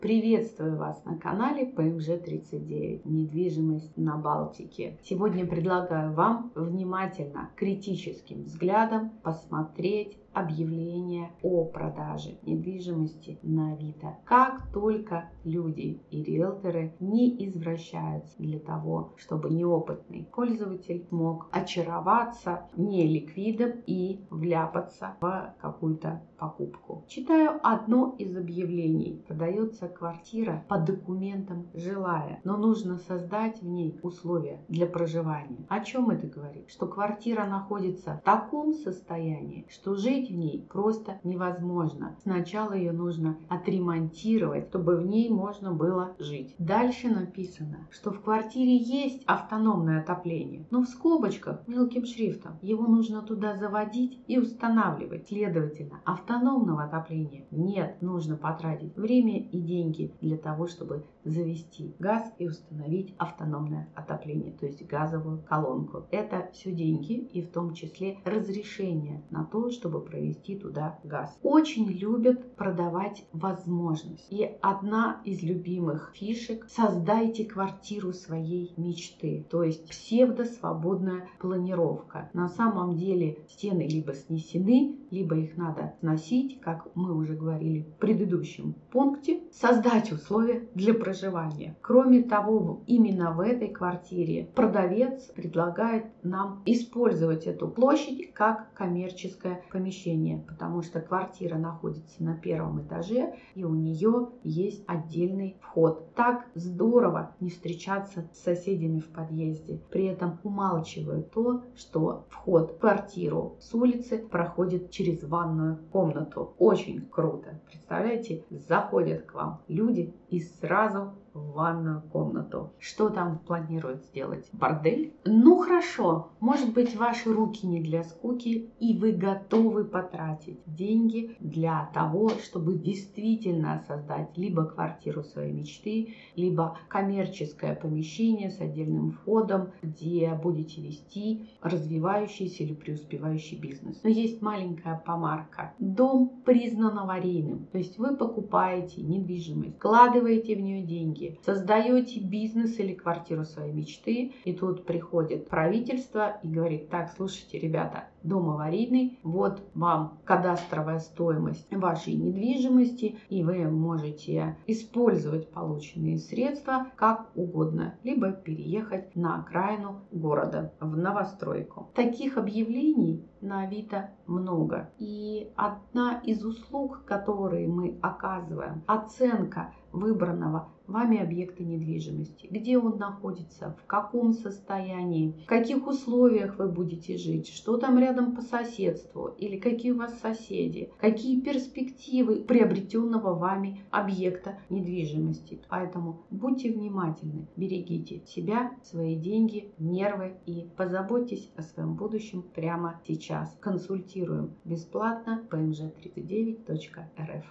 Приветствую вас на канале ПМЖ-39 «Недвижимость на Балтике». Сегодня предлагаю вам внимательно, критическим взглядом посмотреть объявление о продаже недвижимости на Авито. Как только люди и риэлторы не извращаются для того, чтобы неопытный пользователь мог очароваться неликвидом и вляпаться в какую-то покупку. Читаю одно из объявлений. Продается квартира по документам жилая, но нужно создать в ней условия для проживания. О чем это говорит? Что квартира находится в таком состоянии, что жить в ней просто невозможно. Сначала ее нужно отремонтировать, чтобы в ней можно было жить. Дальше написано, что в квартире есть автономное отопление, но в скобочках мелким шрифтом. Его нужно туда заводить и устанавливать. Следовательно, автономного отопления нет. Нужно потратить время и деньги для того, чтобы завести газ и установить автономное отопление, то есть газовую колонку. Это все деньги и в том числе разрешение на то, чтобы провести туда газ. Очень любят продавать возможность. И одна из любимых фишек — создайте квартиру своей мечты, то есть псевдосвободная планировка. На самом деле стены либо снесены, либо их надо сносить, как мы уже говорили в предыдущем пункте, создать условия для проживания. Кроме того, именно в этой квартире продавец предлагает нам использовать эту площадь как коммерческое помещение, потому что квартира находится на первом этаже и у нее есть отдельный вход. Так здорово не встречаться с соседями в подъезде. При этом умалчивают то, что вход в квартиру с улицы проходит через ванную комнату. Очень круто. Представляете, заходят к вам люди и сразу в ванную комнату. Что там планируют сделать? Бордель? Ну хорошо, может быть, ваши руки не для скуки, и вы готовы потратить деньги для того, чтобы действительно создать либо квартиру своей мечты, либо коммерческое помещение с отдельным входом, где будете вести развивающийся или преуспевающий бизнес. Но есть маленькая помарка. Дом признан аварийным, то есть вы покупаете недвижимость, вкладываете в нее деньги, создаете бизнес или квартиру своей мечты, и тут приходит правительство и говорит: так, слушайте, ребята, дом аварийный, вот вам кадастровая стоимость вашей недвижимости, и вы можете использовать полученные средства как угодно, либо переехать на окраину города, в новостройку. Таких объявлений на Авито много. И одна из услуг, которые мы оказываем, оценка выбранного вами объекта недвижимости, где он находится, в каком состоянии, в каких условиях вы будете жить, что там рядом по соседству, или какие у вас соседи, какие перспективы приобретенного вами объекта недвижимости. Поэтому будьте внимательны, берегите себя, свои деньги, нервы и позаботьтесь о своем будущем прямо сейчас. Консультируем бесплатно pmj39.rf.